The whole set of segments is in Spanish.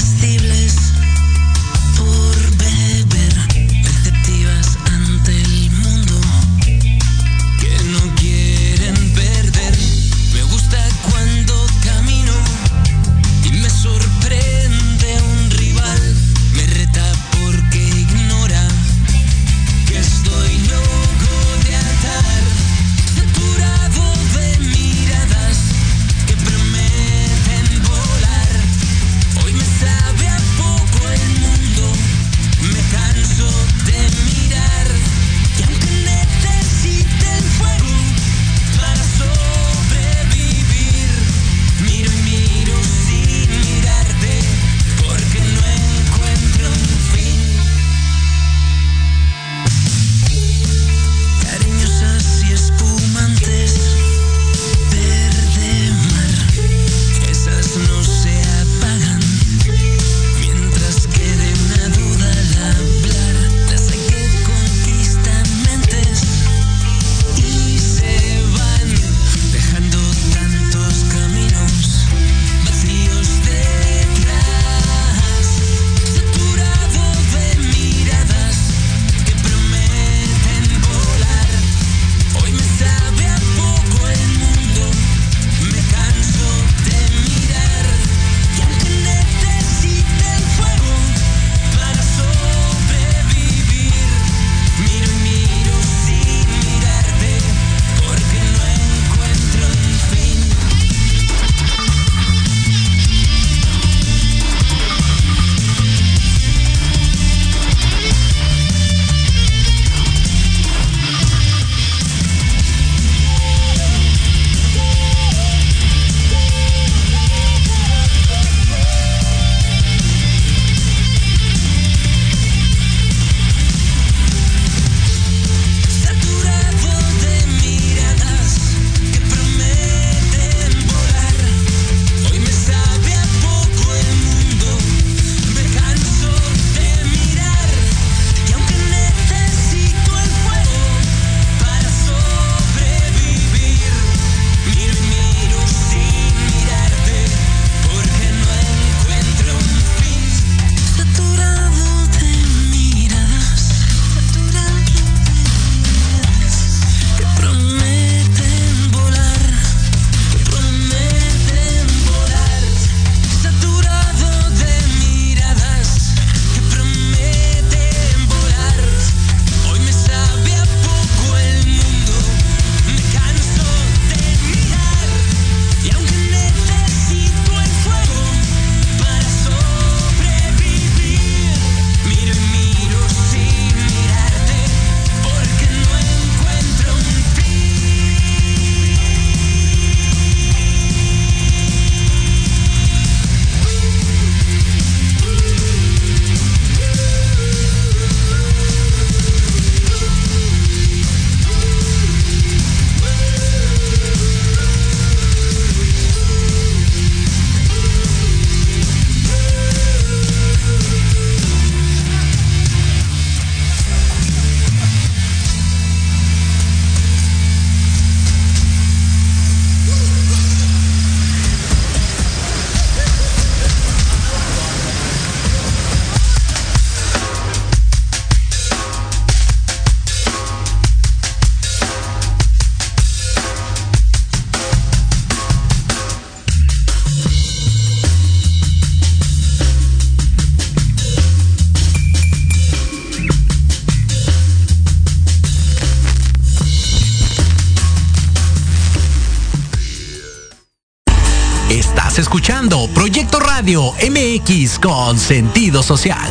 Estás escuchando Proyecto Radio MX con sentido social.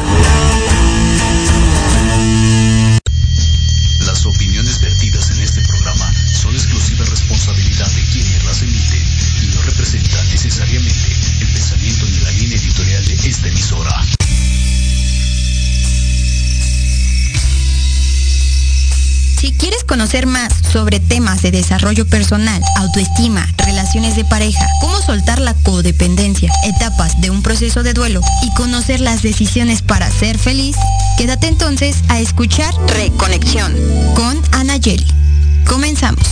Las opiniones vertidas en este programa son exclusiva responsabilidad de quienes las emiten y no representan necesariamente el pensamiento ni la línea editorial de esta emisora. Si quieres conocer más sobre temas de desarrollo personal, autoestima, relaciones de pareja, cómo soltar la codependencia, etapas de un proceso de duelo y conocer las decisiones para ser feliz, quédate entonces a escuchar Reconexión con Ana Yeli. Comenzamos.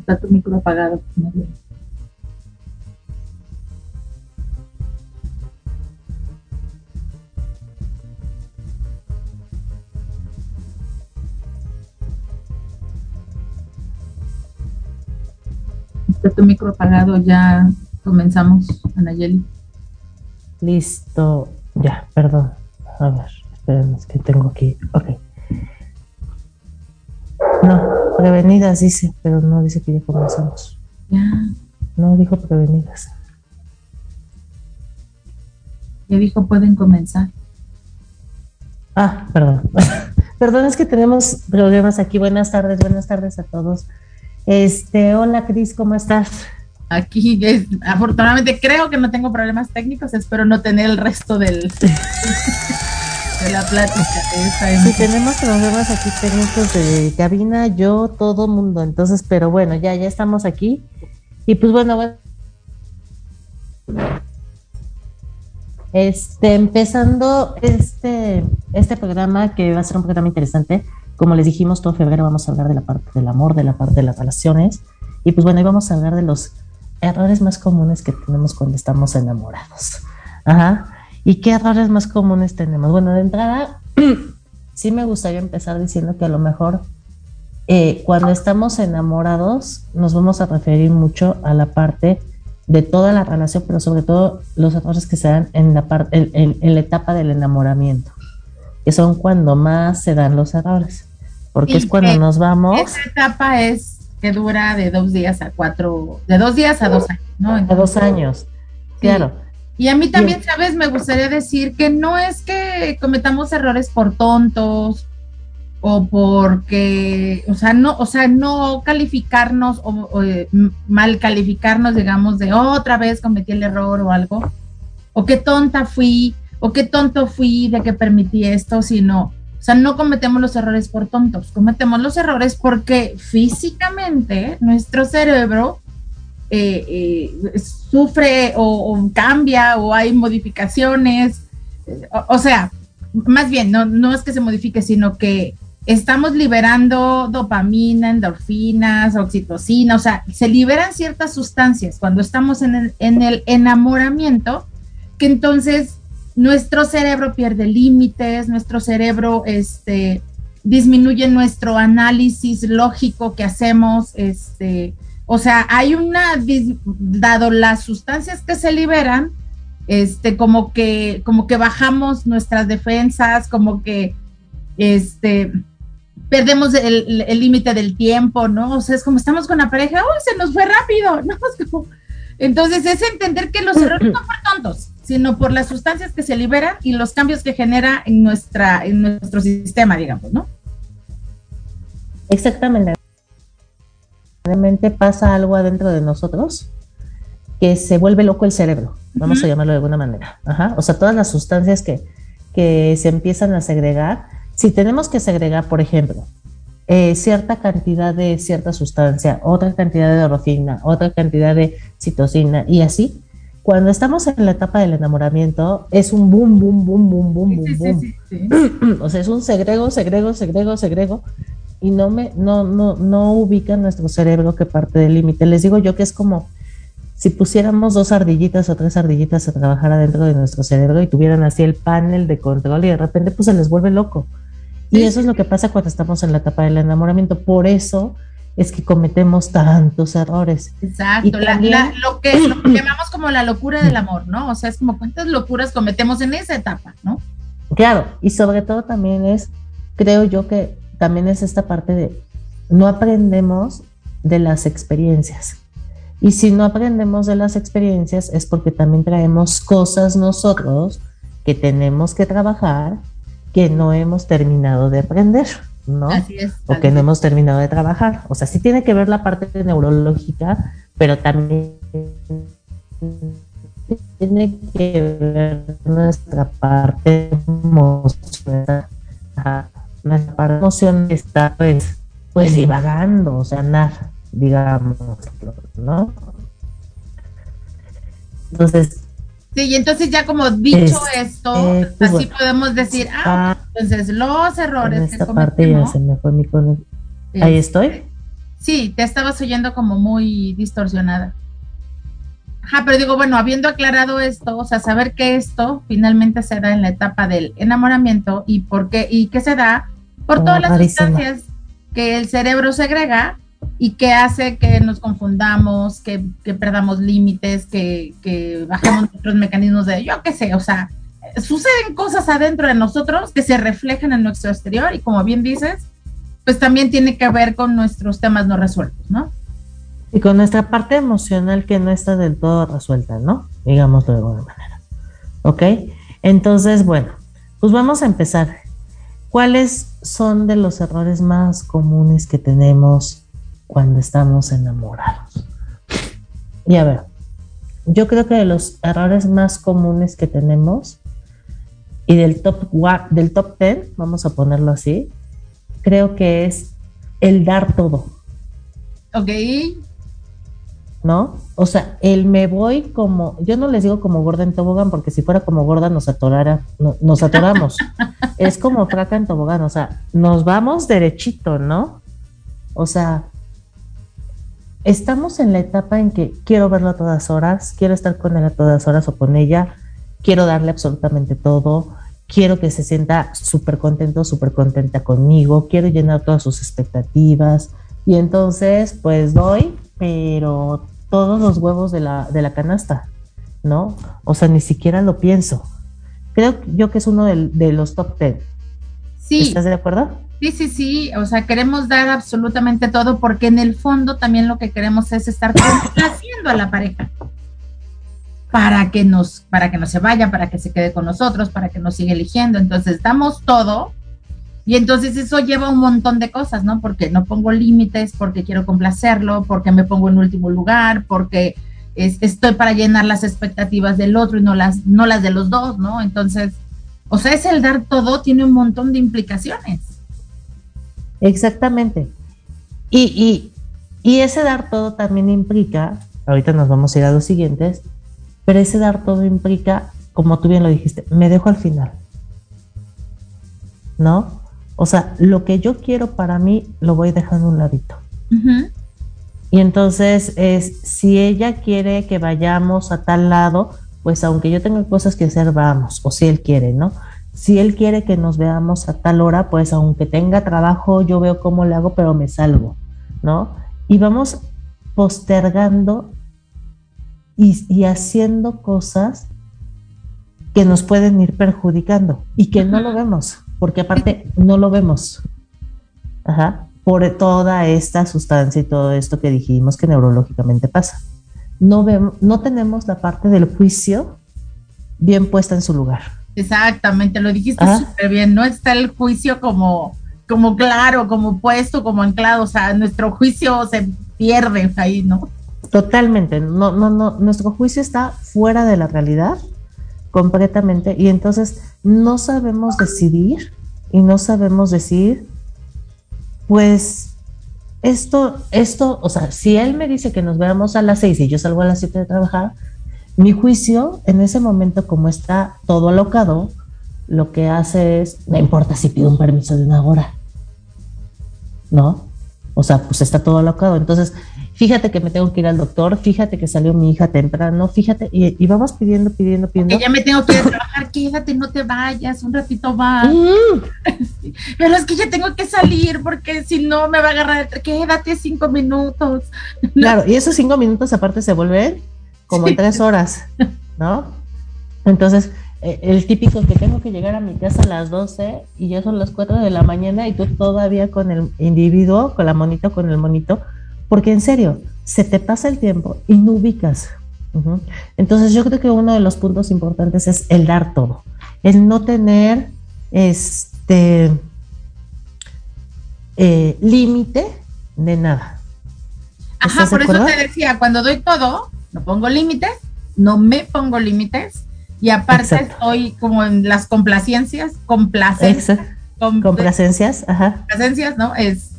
Está tu micro apagado. Está tu micro apagado, ya comenzamos, Anayeli. Listo, ya, perdón. A ver, esperen, es que tengo aquí. Ok. No, prevenidas dice, pero no dice que ya comenzamos. Ya. No, dijo prevenidas. Ya dijo, pueden comenzar. Ah, perdón. Perdón, es que tenemos problemas aquí. Buenas tardes a todos. Hola Cris, ¿cómo estás? Aquí, afortunadamente creo que no tengo problemas técnicos, espero no tener el resto de la plática. Sí, tenemos problemas aquí técnicos de cabina, yo, todo mundo, entonces, pero bueno, ya estamos aquí. Y pues bueno, empezando este programa, que va a ser un programa interesante. Como les dijimos, todo febrero vamos a hablar de la parte del amor, de la parte de las relaciones. Y pues bueno, hoy vamos a hablar de los errores más comunes que tenemos cuando estamos enamorados. Ajá. ¿Y qué errores más comunes tenemos? Bueno, de entrada, sí me gustaría empezar diciendo que a lo mejor cuando estamos enamorados nos vamos a referir mucho a la parte de toda la relación, pero sobre todo los errores que se dan en la etapa del enamoramiento, que son cuando más se dan los errores, porque sí, es cuando nos vamos. Esa etapa es que dura de 2 días a 4, de 2 días a 2 años, ¿no? Entonces, a 2 años, sí, claro. Y a mí también, ¿sabes? Me gustaría decir que no es que cometamos errores por tontos o porque, no calificarnos o mal calificarnos, digamos, de otra vez cometí el error o algo, o qué tonta fui, o qué tonto fui de que permití esto, sino, no cometemos los errores por tontos, cometemos los errores porque físicamente nuestro cerebro sufre o cambia o hay modificaciones, más bien, no es que se modifique, sino que estamos liberando dopamina, endorfinas, oxitocina, se liberan ciertas sustancias cuando estamos en el enamoramiento, que entonces nuestro cerebro pierde límites, nuestro cerebro disminuye nuestro análisis lógico que hacemos, hay dado las sustancias que se liberan, como que bajamos nuestras defensas, como que perdemos el límite del tiempo, ¿no? O sea, es como estamos con la pareja, ¡uy, se nos fue rápido! ¿No? Entonces es entender que los errores no por tontos, sino por las sustancias que se liberan y los cambios que genera en nuestro sistema, digamos, ¿no? Exactamente. Realmente pasa algo adentro de nosotros que se vuelve loco el cerebro, vamos a llamarlo de alguna manera. Ajá. O sea, todas las sustancias que se empiezan a segregar, si tenemos que segregar, por ejemplo, cierta cantidad de cierta sustancia, otra cantidad de endorfina, otra cantidad de citocina y así, cuando estamos en la etapa del enamoramiento es un boom, boom, boom, boom, boom, boom, boom. Sí. O sea, es un segrego y no ubica nuestro cerebro que parte del límite. Les digo yo que es como si pusiéramos 2 ardillitas o 3 ardillitas a trabajar adentro de nuestro cerebro y tuvieran así el panel de control y de repente pues se les vuelve loco. Y eso es lo que pasa cuando estamos en la etapa del enamoramiento. Por eso es que cometemos tantos errores. Exacto, también, lo que llamamos como la locura del amor, ¿no? O sea, es como cuántas locuras cometemos en esa etapa, ¿no? Claro, y sobre todo también creo yo que también es esta parte de no aprendemos de las experiencias. Y si no aprendemos de las experiencias es porque también traemos cosas nosotros que tenemos que trabajar, que no hemos terminado de aprender, ¿no? Así es. O que no hemos terminado de trabajar. O sea, sí tiene que ver la parte neurológica, pero también tiene que ver nuestra parte emocional. Nuestra parte emocional está pues divagando, o sea, nada, digamos, ¿no? Entonces, sí, y entonces ya como dicho esto, pues así bueno, podemos decir, entonces los errores en esta que parte ya se me fue mi conexión. ¿Ahí estoy? Sí, te estabas oyendo como muy distorsionada. Ajá, pero digo, bueno, habiendo aclarado esto, o sea, saber que esto finalmente se da en la etapa del enamoramiento y por qué, y que se da por todas las sustancias que el cerebro segrega y que hace que nos confundamos, que perdamos límites, que bajemos nuestros mecanismos de, yo qué sé, o sea, suceden cosas adentro de nosotros que se reflejan en nuestro exterior y como bien dices, pues también tiene que ver con nuestros temas no resueltos, ¿no? Y con nuestra parte emocional que no está del todo resuelta, ¿no? Digámoslo de alguna manera. ¿Ok? Entonces, bueno, pues vamos a empezar. ¿Cuáles son de los errores más comunes que tenemos cuando estamos enamorados? Y a ver, yo creo que de los errores más comunes que tenemos y del top 10, vamos a ponerlo así, creo que es el dar todo. Ok. ¿No? O sea, el me voy como, yo no les digo como gorda en tobogán, porque si fuera como gorda nos atoramos. Es como fraca en tobogán, o sea, nos vamos derechito, ¿no? O sea, estamos en la etapa en que quiero verlo a todas horas, quiero estar con él a todas horas o con ella, quiero darle absolutamente todo, quiero que se sienta súper contento, súper contenta conmigo, quiero llenar todas sus expectativas y entonces pues doy, pero todos los huevos de la canasta, ¿no? O sea, ni siquiera lo pienso. Creo yo que es uno de los top 10. Sí. ¿Estás de acuerdo? Sí, o sea, queremos dar absolutamente todo porque en el fondo también lo que queremos es estar complaciendo a la pareja para que no se vaya, para que se quede con nosotros, para que nos siga eligiendo. Entonces, damos todo y entonces eso lleva un montón de cosas, ¿no? Porque no pongo límites, porque quiero complacerlo, porque me pongo en último lugar, porque estoy para llenar las expectativas del otro y no las de los dos, ¿no? Entonces, o sea, es el dar todo, tiene un montón de implicaciones. Exactamente. Y ese dar todo también implica, ahorita nos vamos a ir a los siguientes, pero ese dar todo implica, como tú bien lo dijiste, me dejo al final, ¿no? O sea, lo que yo quiero para mí lo voy dejando a un ladito. Uh-huh. Y entonces, si ella quiere que vayamos a tal lado, pues aunque yo tenga cosas que hacer, vamos, o si él quiere, ¿no? Si él quiere que nos veamos a tal hora, pues aunque tenga trabajo, yo veo cómo le hago, pero me salgo, ¿no? Y vamos postergando y haciendo cosas que nos pueden ir perjudicando y que no lo vemos, porque aparte no lo vemos. Ajá. Por toda esta sustancia y todo esto que dijimos que neurológicamente pasa. No tenemos la parte del juicio bien puesta en su lugar. Exactamente, lo dijiste súper bien, no está el juicio como claro, como puesto, como anclado, o sea, nuestro juicio se pierde ahí, ¿no? Totalmente, no, nuestro juicio está fuera de la realidad completamente y entonces no sabemos decidir y no sabemos decir, pues esto, o sea, si él me dice que nos veamos a las 6 y yo salgo a las 7 de trabajar, mi juicio en ese momento, como está todo alocado, lo que hace es, no importa si pido un permiso de 1 hora, ¿no? O sea, pues está todo alocado. Entonces, fíjate que me tengo que ir al doctor, fíjate que salió mi hija temprano, fíjate, y vamos pidiendo. Que ya me tengo que ir a trabajar, quédate, no te vayas, un ratito más. Pero es que ya tengo que salir porque si no me va a agarrar, quédate 5 minutos. Claro, y esos 5 minutos aparte se vuelven como en 3 horas, ¿no? Entonces, el típico que tengo que llegar a mi casa a las 12 y ya son las 4 de la mañana y tú todavía con el individuo, con el monito, porque en serio, se te pasa el tiempo y no ubicas. Uh-huh. Entonces yo creo que uno de los puntos importantes es el dar todo, el no tener límite de nada. Ajá, por eso te decía, cuando doy todo, no pongo límites, no me pongo límites y aparte estoy como en las complacencias, complacencias, ajá. Complacencias, ¿no?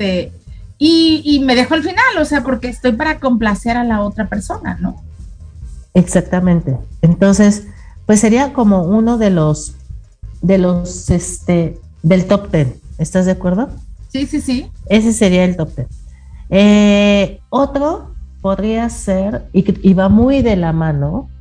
Y me dejo al final, o sea, porque estoy para complacer a la otra persona, ¿no? Exactamente. Entonces, pues sería como uno de los del top 10. ¿Estás de acuerdo? Sí. Ese sería el top 10. Otro podría ser, y va muy de la mano,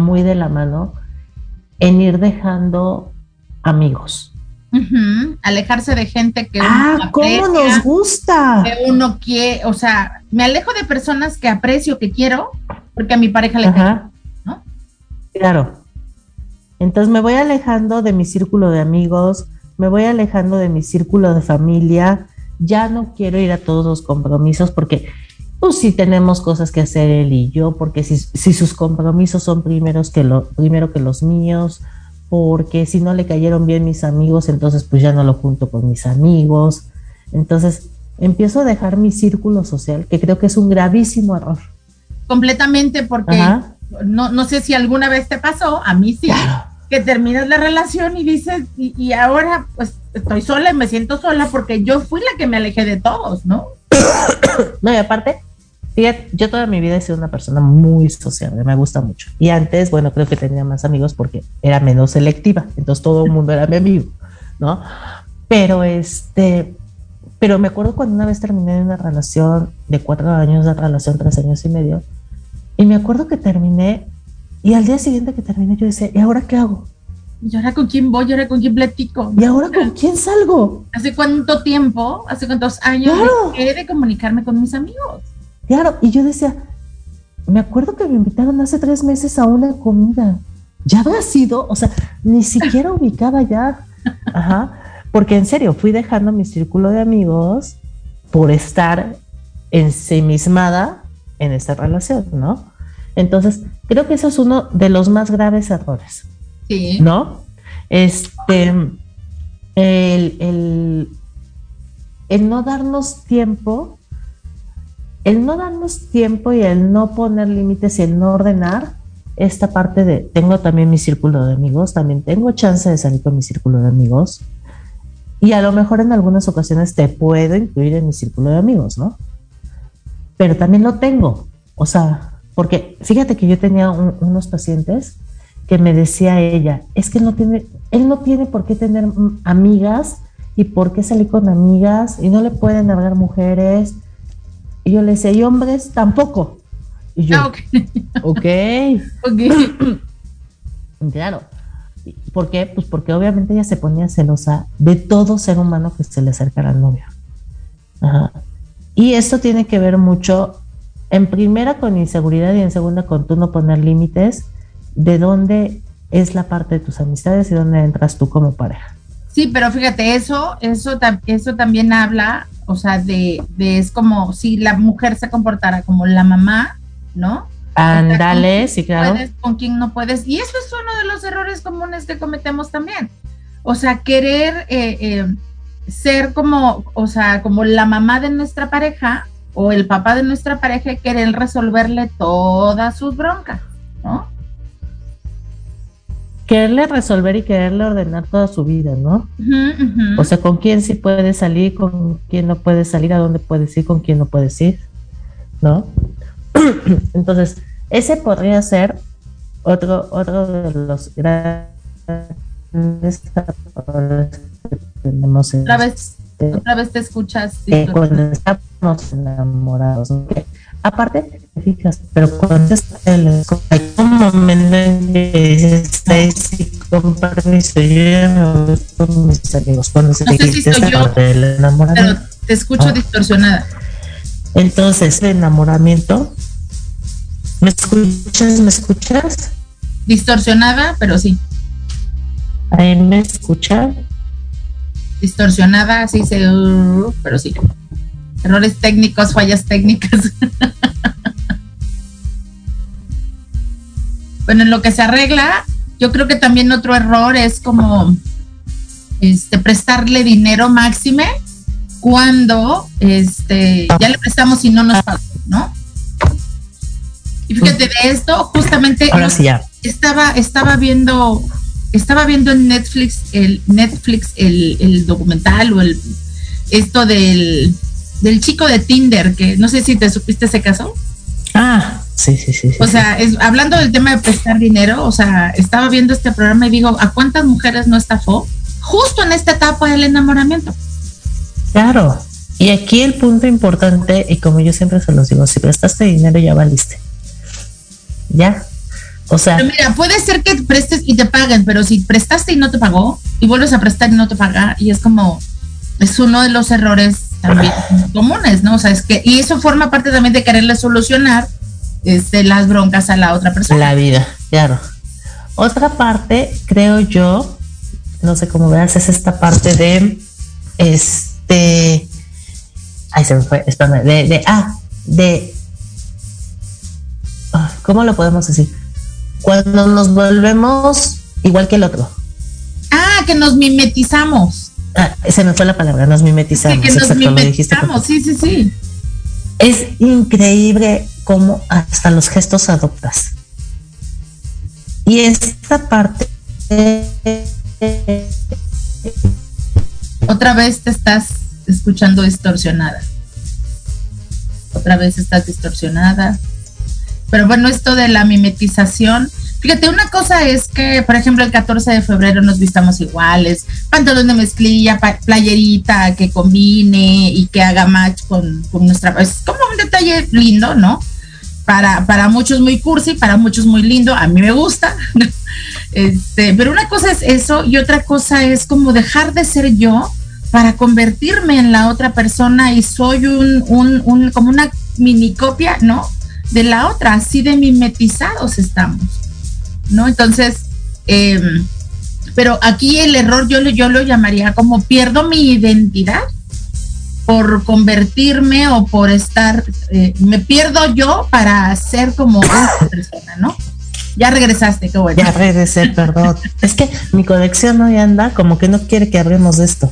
en ir dejando amigos. Alejarse de gente que uno aprecia, ¿cómo nos gusta? Que uno quiere, o sea, me alejo de personas que aprecio, que quiero, porque a mi pareja le cae, ¿no? Claro. Entonces me voy alejando de mi círculo de amigos, me voy alejando de mi círculo de familia, ya no quiero ir a todos los compromisos porque pues sí tenemos cosas que hacer él y yo, porque si sus compromisos son primero que los míos, porque si no le cayeron bien mis amigos, entonces pues ya no lo junto con mis amigos. Entonces empiezo a dejar mi círculo social, que creo que es un gravísimo error. Completamente, porque no sé si alguna vez te pasó, a mí sí, que terminas la relación y dices, y ahora pues estoy sola y me siento sola porque yo fui la que me alejé de todos, ¿no? No, y aparte, fíjate, yo toda mi vida he sido una persona muy sociable, me gusta mucho. Y antes, bueno, creo que tenía más amigos porque era menos selectiva, entonces todo el mundo era mi amigo, ¿no? Pero me acuerdo cuando una vez terminé una relación de 4 años, de relación 3 años y medio, y me acuerdo que terminé, y al día siguiente que terminé yo decía, ¿y ahora qué hago? ¿Y ahora con quién voy? ¿Y ahora con quién platico? ¿Y ahora con quién salgo? ¿Hace cuánto tiempo, hace cuántos años dejé de comunicarme con mis amigos? Claro, y yo decía, me acuerdo que me invitaron hace 3 meses a una comida. ¿Ya habrá sido? O sea, ni siquiera ubicaba ya. Porque en serio, fui dejando mi círculo de amigos por estar ensimismada en esta relación, ¿no? Entonces, creo que eso es uno de los más graves errores. Sí. ¿No? El no darnos tiempo, y el no poner límites y el no ordenar esta parte de, tengo también mi círculo de amigos, también tengo chance de salir con mi círculo de amigos, y a lo mejor en algunas ocasiones te puedo incluir en mi círculo de amigos, ¿no? Pero también lo tengo, o sea, porque fíjate que yo tenía unos pacientes que me decía ella, es que él no tiene por qué tener amigas y por qué salir con amigas y no le pueden hablar mujeres. Y yo le decía, y hombres tampoco. Y yo, ok. Claro. ¿Por qué? Pues porque obviamente ella se ponía celosa de todo ser humano que se le acercara al novio. Y esto tiene que ver mucho, en primera con inseguridad y en segunda con tú no poner límites, de dónde es la parte de tus amistades y dónde entras tú como pareja. Sí, pero fíjate, eso también habla, o sea, es como si la mujer se comportara como la mamá, ¿no? Ándale, o sea, sí, claro. Puedes, con quién no puedes, y eso es uno de los errores comunes que cometemos también. O sea, querer ser como la mamá de nuestra pareja o el papá de nuestra pareja y querer resolverle todas sus broncas, ¿no? Quererle resolver y quererle ordenar toda su vida, ¿no? O sea, con quién sí puedes salir, con quién no puedes salir, a dónde puedes ir, con quién no puedes ir, ¿no? Entonces, ese podría ser otro de los grandes errores que tenemos. Otra vez te escuchas. Cuando estamos enamorados, ¿no? Aparte, te fijas, pero cuando hay un momento en que dices, con permiso, yo ya me voy con mis amigos. Cuando se te quita esa parte del enamoramiento. Pero te escucho distorsionada. Entonces, el enamoramiento, ¿me escuchas? Distorsionada, pero sí. ¿Ahí me escuchas? Distorsionada, sí, pero sí. Errores técnicos, fallas técnicas. Bueno, en lo que se arregla, yo creo que también otro error es como prestarle dinero máxime cuando ya le prestamos y no nos pagó, ¿no? Y fíjate, de esto justamente ahora sí ya. estaba viendo en Netflix el documental o esto del chico de Tinder, que no sé si te supiste ese caso. Sí. O sea, hablando del tema de prestar dinero, o sea, estaba viendo este programa y digo, ¿a cuántas mujeres no estafó? Justo en esta etapa del enamoramiento. Claro. Y aquí el punto importante, y como yo siempre se los digo, si prestaste dinero ya valiste. Ya. O sea. Pero mira, puede ser que prestes y te paguen, pero si prestaste y no te pagó, y vuelves a prestar y no te paga, y es como, es uno de los errores también comunes, ¿no? O sea, es que, y eso forma parte también de quererle solucionar las broncas a la otra persona. La vida, claro. Otra parte, creo yo, no sé cómo veas, es esta parte de ay, se me fue, espérame, ¿cómo lo podemos decir? Cuando nos volvemos igual que el otro. Ah, que nos mimetizamos. Se me fue la palabra, nos mimetizamos. Sí, que nos mimetizamos, sí. Es increíble cómo hasta los gestos adoptas. Y esta parte... Otra vez te estás escuchando distorsionada. Otra vez estás distorsionada. Pero bueno, esto de la mimetización, fíjate, una cosa es que, por ejemplo, el 14 de febrero nos vistamos iguales, pantalón de mezclilla, playerita que combine y que haga match con nuestra... Es como un detalle lindo, ¿no? Para muchos muy cursi, para muchos muy lindo, a mí me gusta. Pero una cosa es eso y otra cosa es como dejar de ser yo para convertirme en la otra persona y soy como una mini copia, ¿no? De la otra, así de mimetizados estamos, ¿no? Entonces, pero aquí el error yo lo llamaría como pierdo mi identidad por convertirme o por estar, me pierdo yo para ser como otra persona, ¿no? Ya regresaste, qué bueno. Ya regresé, perdón. Es que mi conexión hoy anda como que no quiere que hablemos de esto.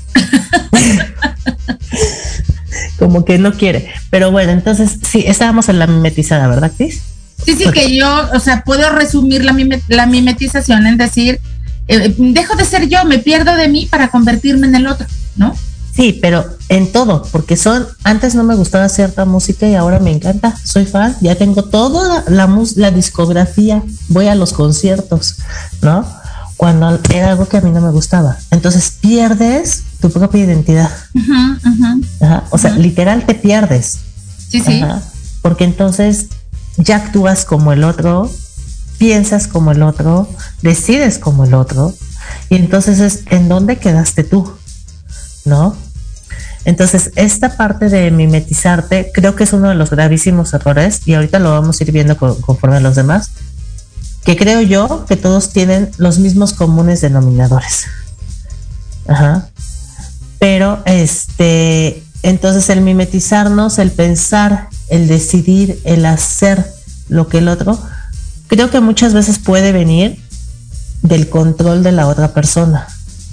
Como que no quiere. Pero bueno, entonces sí, estábamos en la mimetizada, ¿verdad, Cris? Sí, que yo, o sea, puedo resumir la mimetización en decir, dejo de ser yo, me pierdo de mí para convertirme en el otro, ¿no? Sí, pero en todo, porque antes no me gustaba cierta música y ahora me encanta, soy fan, ya tengo toda la discografía, voy a los conciertos, ¿no? Cuando era algo que a mí no me gustaba. Entonces pierdes tu propia identidad. Ajá. O sea, literal te pierdes. Sí. Ajá. Porque entonces ya actúas como el otro, piensas como el otro, decides como el otro, y entonces es en dónde quedaste tú, ¿no? Entonces, esta parte de mimetizarte creo que es uno de los gravísimos errores, y ahorita lo vamos a ir viendo conforme a los demás, que creo yo que todos tienen los mismos comunes denominadores. Ajá. Pero entonces el mimetizarnos, el pensar, el decidir, el hacer lo que el otro, creo que muchas veces puede venir del control de la otra persona.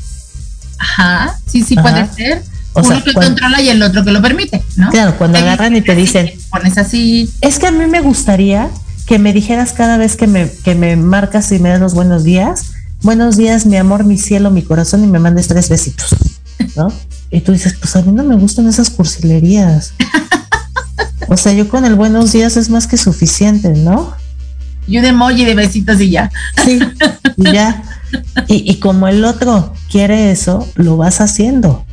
Ajá, sí, puede ser. Uno que controla y el otro que lo permite, ¿no? Claro, cuando agarran y te dicen, pones así. Es que a mí me gustaría que me dijeras cada vez que me marcas y me das los buenos días, mi amor, mi cielo, mi corazón, y me mandes 3 besitos, ¿no? Y tú dices, pues a mí no me gustan esas cursilerías. O sea, yo con el buenos días es más que suficiente, ¿no? Y un emoji de besitos y ya. Sí, y ya. Y como el otro quiere eso, lo vas haciendo.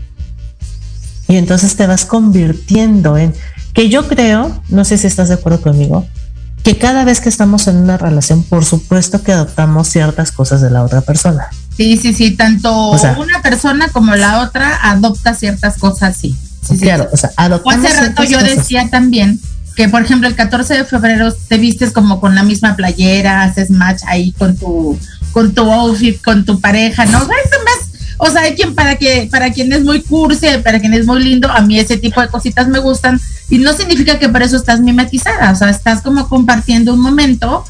Y entonces te vas convirtiendo en... Que yo creo, no sé si estás de acuerdo conmigo, que cada vez que estamos en una relación, por supuesto que adoptamos ciertas cosas de la otra persona. Sí, tanto una persona como la otra adopta ciertas cosas, sí. Claro, o sea, adoptamos hace rato yo cosas. Decía también que, por ejemplo, el 14 de febrero te vistes como con la misma playera, haces match ahí con tu outfit, con tu pareja, ¿no? O sea, hay quien para quien es muy cursi, para quien es muy lindo, a mí ese tipo de cositas me gustan, y no significa que por eso estás mimetizada, o sea, estás como compartiendo un momento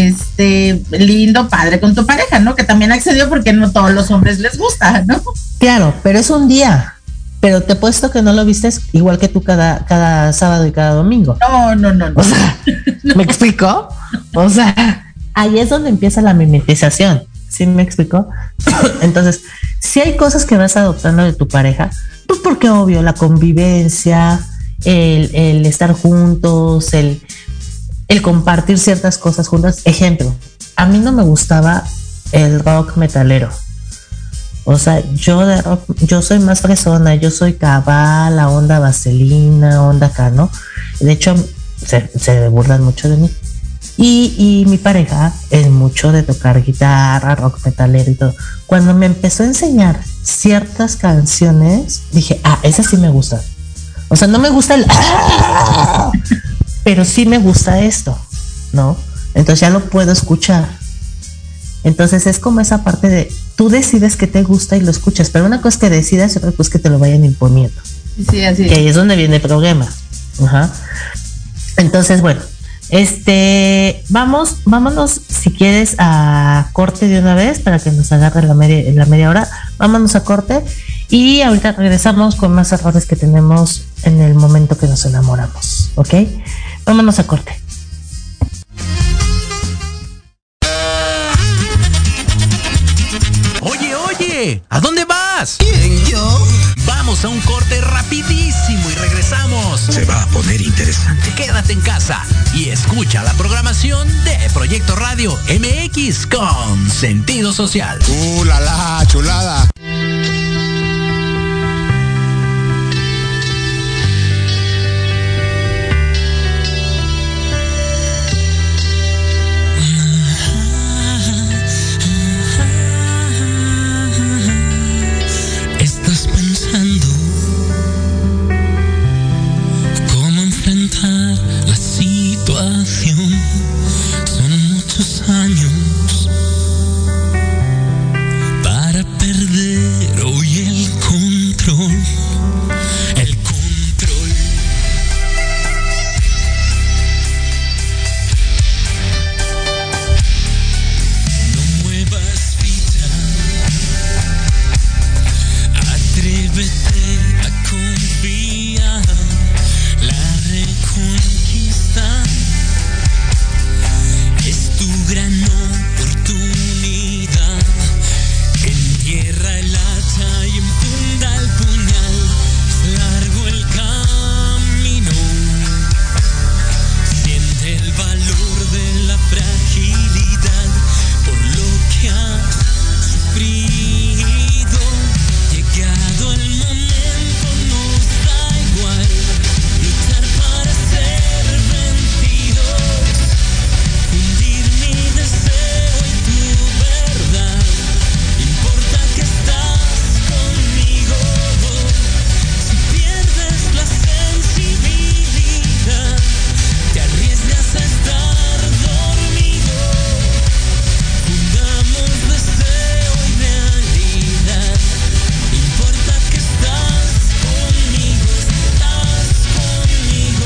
lindo, padre con tu pareja, ¿no? Que también accedió porque no todos los hombres les gusta, ¿no? Claro, pero es un día. Pero te he puesto que no lo vistes igual que tú cada sábado y cada domingo. No. O sea, ¿me explico? O sea, ahí es donde empieza la mimetización. ¿Sí me explico? Entonces, si hay cosas que vas adoptando de tu pareja, pues porque obvio, la convivencia, el estar juntos, el compartir ciertas cosas juntas. Ejemplo, a mí no me gustaba el rock metalero. O sea, yo de rock, yo soy más fresona, yo soy cabal, la onda vaselina, onda acá, ¿no? De hecho, se burlan mucho de mí. Y mi pareja es mucho de tocar guitarra, rock metalero y todo. Cuando me empezó a enseñar ciertas canciones, dije, esa sí me gusta. O sea, no me gusta el pero sí me gusta esto, ¿no? Entonces ya lo puedo escuchar. Entonces es como esa parte de tú decides que te gusta y lo escuchas, pero una cosa es que decidas y otra cosa es que te lo vayan imponiendo. Sí, así que ahí es donde viene el problema. Ajá. Entonces, bueno, vámonos si quieres a corte de una vez para que nos agarre la media hora. Vámonos a corte y ahorita regresamos con más errores que tenemos en el momento que nos enamoramos, ¿ok? Vámonos a corte. Oye, ¿a dónde vas? ¿Quién, yo? Vamos a un corte rapidísimo y regresamos. Se va a poner interesante. Quédate en casa y escucha la programación de Proyecto Radio MX con sentido social. ¡La la, chulada! Son muchos años para perder hoy el control. El control. No muevas ficha. Atrévete a confiar. La reconquista es tu gran oportunidad. Entierra el hacha y enfunda el puñal. Largo el camino. Siente el valor de la fragilidad por lo que has sufrido. Llegado el momento, nos da igual luchar para ser vencidos. Fundir mi deseo y tu verdad. Importa que estás conmigo. Si pierdes la sensibilidad, te arriesgas a estar dormido. Fundamos deseo y realidad. Importa que estás conmigo, estás conmigo.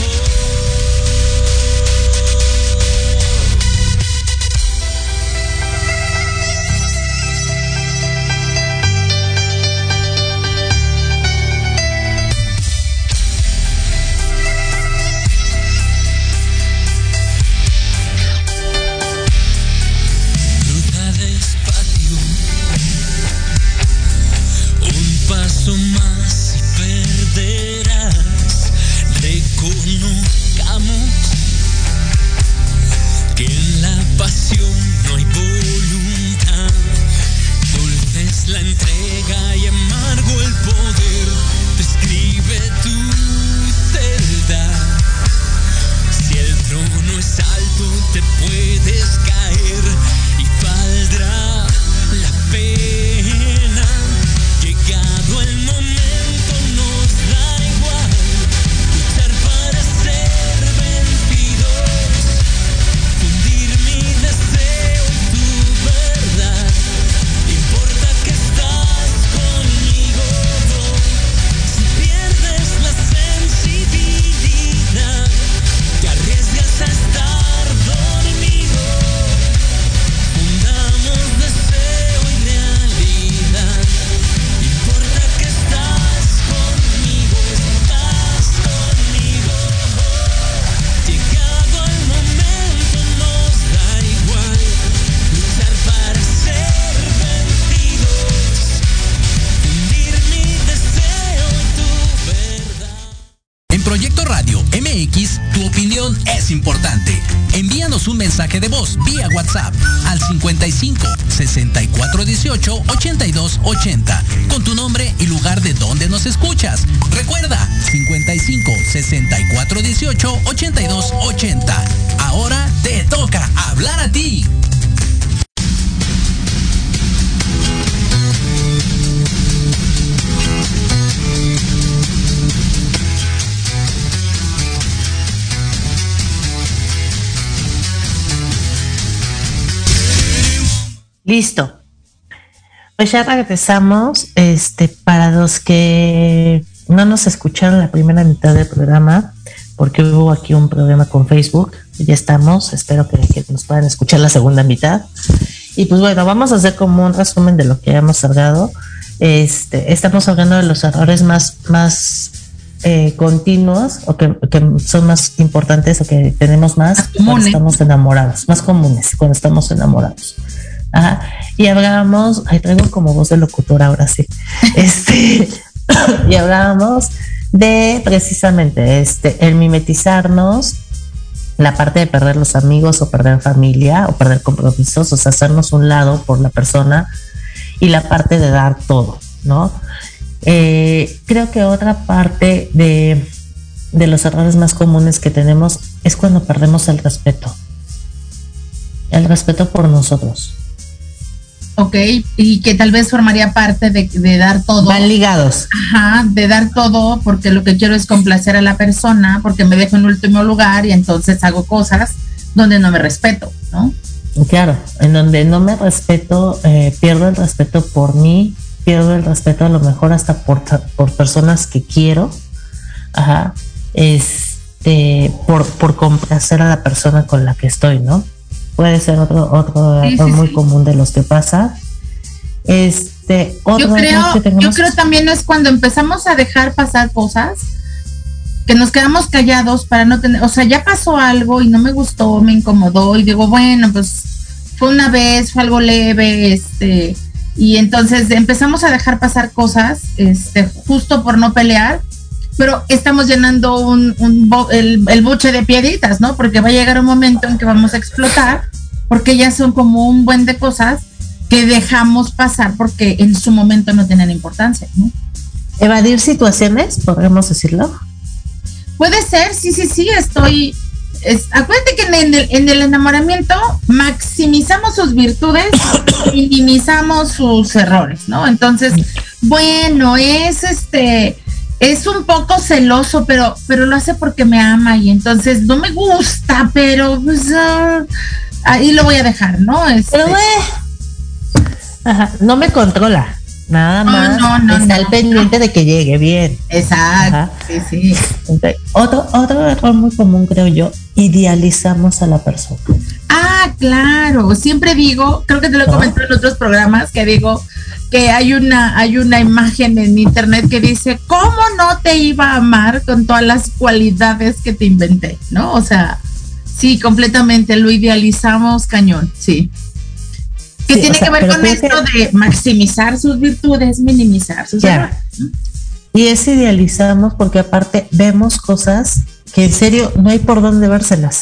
Cruza despacio, un paso más y perderás. Reconozcamos que en la pasión no hay voluntad. Dulce es la entrega y amargo el poder. Describe tu celda. Si el trono es alto, te puedes caer y valdrá la pena. Llegado el momento, nos da igual luchar para ser vencidos. Fundir mi deseo y tu verdad. Importa que estás conmigo. Si pierdes la sensibilidad, te arriesgas a estar dormido. Fundamos deseo y realidad. Importa que estás conmigo, estás conmigo. Llegado el momento, nos da igual luchar para ser vencidos. Fundir mi deseo y tu verdad. En Proyecto Radio MX, tu opinión es importante. Envíanos Mándanos un mensaje de voz vía WhatsApp al 55 64 18 82 80 con tu nombre y lugar de donde nos escuchas. Recuerda, 55 64 18 82 80. Ahora te toca hablar a ti. Listo. Pues ya regresamos. Para los que no nos escucharon la primera mitad del programa, porque hubo aquí un problema con Facebook, ya estamos. Espero que nos puedan escuchar la segunda mitad. Y pues bueno, vamos a hacer como un resumen de lo que hemos hablado. Estamos hablando de los errores más continuos, o que son más importantes, o que tenemos más cuando estamos enamorados, más comunes cuando estamos enamorados. Ajá. Y hablábamos, traigo como voz de locutora ahora sí. Y hablábamos de precisamente el mimetizarnos, la parte de perder los amigos o perder familia o perder compromisos, o sea, hacernos un lado por la persona, y la parte de dar todo, ¿no? Creo que otra parte de los errores más comunes que tenemos es cuando perdemos el respeto por nosotros. Ok, y que tal vez formaría parte de dar todo. Van ligados. Ajá, de dar todo porque lo que quiero es complacer a la persona, porque me dejo en último lugar y entonces hago cosas donde no me respeto, ¿no? Claro, en donde no me respeto, pierdo el respeto por mí, pierdo el respeto a lo mejor hasta por personas que quiero, ajá, por complacer a la persona con la que estoy, ¿no? Puede ser otro error muy común de los que pasa. Yo creo también es cuando empezamos a dejar pasar cosas, que nos quedamos callados para no tener, o sea, ya pasó algo y no me gustó, me incomodó y digo, bueno, pues fue una vez, fue algo leve, y entonces empezamos a dejar pasar cosas, justo por no pelear, pero estamos llenando el buche de piedritas, ¿no? Porque va a llegar un momento en que vamos a explotar, porque ya son como un buen de cosas que dejamos pasar porque en su momento no tienen importancia, ¿no? Evadir situaciones, podríamos decirlo. Puede ser, sí, acuérdate que en el enamoramiento maximizamos sus virtudes, minimizamos sus errores, ¿no? Entonces, bueno, es un poco celoso, pero lo hace porque me ama y entonces no me gusta, pero pues ahí lo voy a dejar, ¿no? Pero ajá, no me controla, nada más está al pendiente de que llegue bien. Exacto, ajá. Sí. Okay. Otro error muy común, creo yo, idealizamos a la persona. Ah, claro, siempre digo, creo que te lo he comentado en otros programas, que digo que hay una imagen en internet que dice, ¿cómo no te iba a amar con todas las cualidades que te inventé? ¿No? O sea, sí, completamente, lo idealizamos cañón, sí. Que sí, tiene que ver con esto de maximizar sus virtudes, minimizar sus errores. Y es idealizamos porque aparte vemos cosas que en serio no hay por dónde vérselas,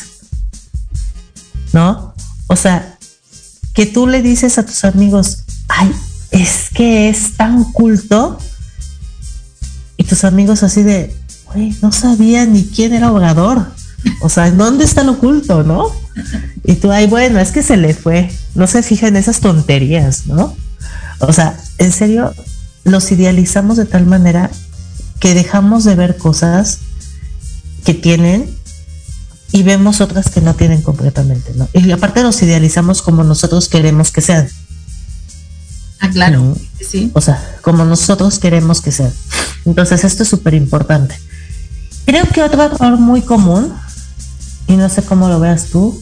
¿no? O sea, que tú le dices a tus amigos, ay, es que es tan culto, y tus amigos así de, güey, no sabía ni quién era Obrador, o sea, ¿en dónde está lo oculto, no? Y tú, ay, bueno, es que se le fue, no se fija en esas tonterías, ¿no? O sea, en serio, los idealizamos de tal manera que dejamos de ver cosas que tienen y vemos otras que no tienen completamente, ¿no? Y aparte los idealizamos como nosotros queremos que sean. Ah, claro, sí. O sea, como nosotros queremos que sean. Entonces esto es súper importante. Creo que otro error muy común, y no sé cómo lo veas tú,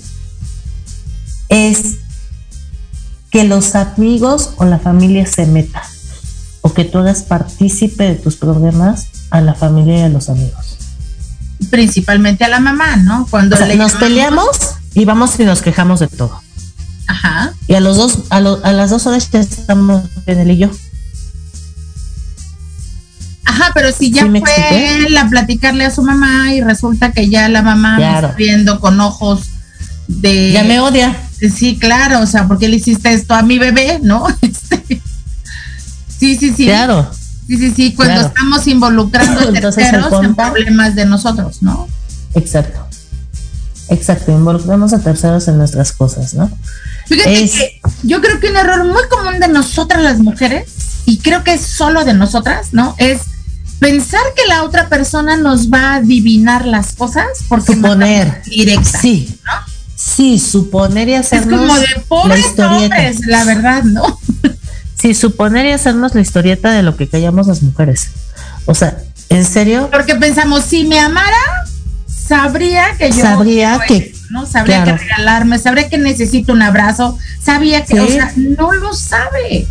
es que los amigos o la familia se metan, o que tú hagas partícipe de tus problemas a la familia y a los amigos. Principalmente a la mamá, ¿no? Cuando o sea, nos peleamos y vamos y nos quejamos de todo. Ajá. Y a las 2 horas ya estamos en él y yo. Ajá, pero si ya ¿Sí fue él a platicarle a su mamá y resulta que ya la mamá me está viendo con ojos Ya me odia. Sí, claro, o sea, ¿por qué le hiciste esto a mi bebé, no? Sí. Claro. Sí, cuando claro. estamos involucrando a terceros en problemas de nosotros, ¿no? Exacto, involucramos a terceros en nuestras cosas, ¿no? Fíjate que yo creo que un error muy común de nosotras las mujeres, y creo que es solo de nosotras, ¿no? Es pensar que la otra persona nos va a adivinar las cosas porque suponer directa, sí, ¿no? Sí, suponer y hacernos es como de pobres hombres, la verdad, ¿no? Sí, suponer y hacernos la historieta de lo que callamos las mujeres. O sea, ¿en serio? Porque pensamos, si me amara, sabría que yo... Sabría que... ¿no? Sabría que regalarme, sabría que necesito un abrazo, sabía que... Sí. O sea, no lo sabe.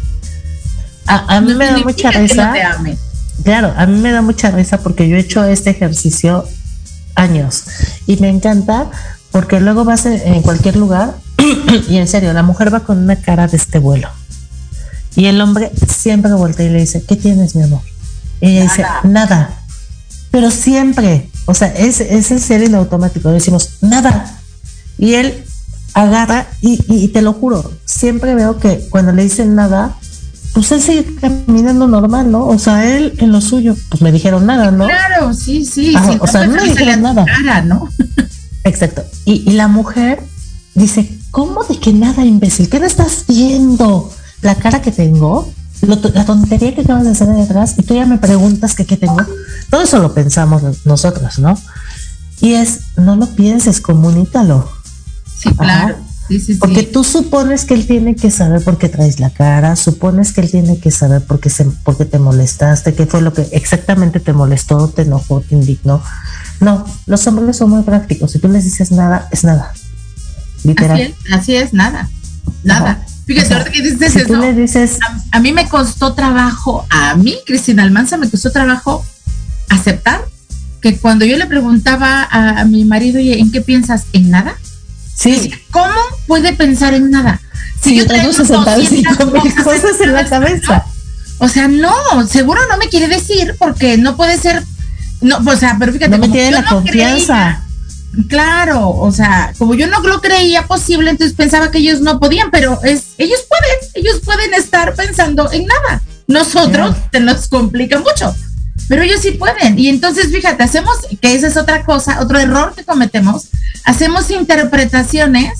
A mí me da mucha risa. Claro, a mí me da mucha risa porque yo he hecho este ejercicio años y me encanta porque luego vas en cualquier lugar y en serio, la mujer va con una cara de este vuelo. Y el hombre siempre voltea y le dice, ¿qué tienes, mi amor? Y ella dice, nada. Pero siempre, o sea, es en serio en automático. Decimos, nada. Y él agarra y te lo juro, siempre veo que cuando le dicen nada, pues él sigue caminando normal, ¿no? O sea, él en lo suyo, pues me dijeron nada, ¿no? Claro, sí. Ajá, o sea, no me dijeron nada. Cara, ¿no? Exacto. Y la mujer dice, ¿cómo de que nada, imbécil? ¿Qué me estás viendo? La cara que tengo, la tontería que acabas de hacer de atrás, y tú ya me preguntas que qué tengo. Todo eso lo pensamos nosotros, ¿no? Y no lo pienses, comunícalo. Sí, claro. Sí. Porque tú supones que él tiene que saber por qué traes la cara, supones que él tiene que saber por qué te molestaste, qué fue lo que exactamente te molestó, te enojó, te indignó. No, los hombres son muy prácticos. Si tú les dices nada, es nada. Literal. Así es, nada. Ajá. Fíjate, ahorita que dices si eso, tú le dices, a mí me costó trabajo, Cristina Almanza, me costó trabajo aceptar que cuando yo le preguntaba a mi marido, oye, ¿en qué piensas? ¿En nada? Sí. ¿Cómo puede pensar en nada? Si yo traigo 65,000 cosas en la cabeza. ¿No? O sea, no, seguro no me quiere decir porque no puede ser, no, o sea, pero fíjate, no me tiene la confianza. Claro, o sea, como yo no lo creía posible, entonces pensaba que ellos no podían, pero ellos pueden estar pensando en nada. Nosotros se nos complica mucho, pero ellos sí pueden. Y entonces, fíjate, hacemos, que esa es otra cosa, otro error que cometemos, hacemos interpretaciones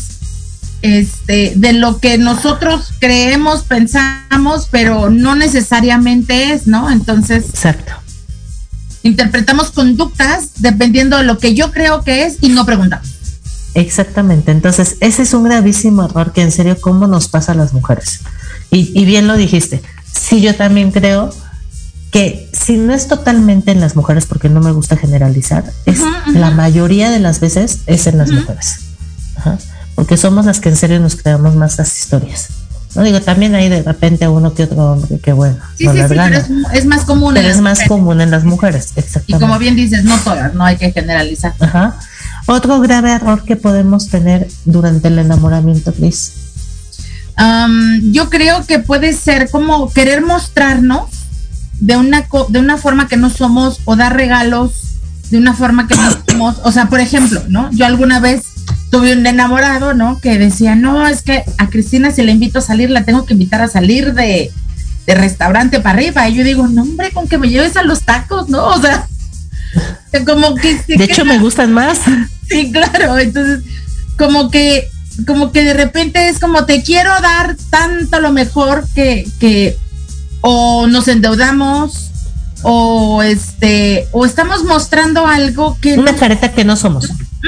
de lo que nosotros creemos, pensamos, pero no necesariamente es, ¿no? Entonces, exacto. Interpretamos conductas dependiendo de lo que yo creo que es y no preguntamos. Exactamente, entonces ese es un gravísimo error que en serio cómo nos pasa a las mujeres. Y bien lo dijiste, sí, yo también creo que si no es totalmente en las mujeres, porque no me gusta generalizar, es la mayoría de las veces es en las mujeres. Porque somos las que en serio nos creamos más las historias. No digo, también hay de repente uno que otro hombre que bueno, sí, pero es más común. Pero es más común en las mujeres, exactamente. Y como bien dices, no todas, no hay que generalizar. Ajá. Otro grave error que podemos tener durante el enamoramiento, Cris. Yo creo que puede ser como querer mostrarnos de una forma que no somos, o dar regalos de una forma que no somos. O sea, por ejemplo, ¿no? Yo alguna vez tuve un enamorado, ¿no? Que decía, no, es que a Cristina si la invito a salir, la tengo que invitar a salir de restaurante para arriba. Y yo digo, no, hombre, con que me lleves a los tacos, ¿no? O sea, como que... De hecho, me gustan más. Sí, claro. Entonces, como que de repente es como, te quiero dar tanto lo mejor que o nos endeudamos, o estamos mostrando algo que... Una careta que no somos.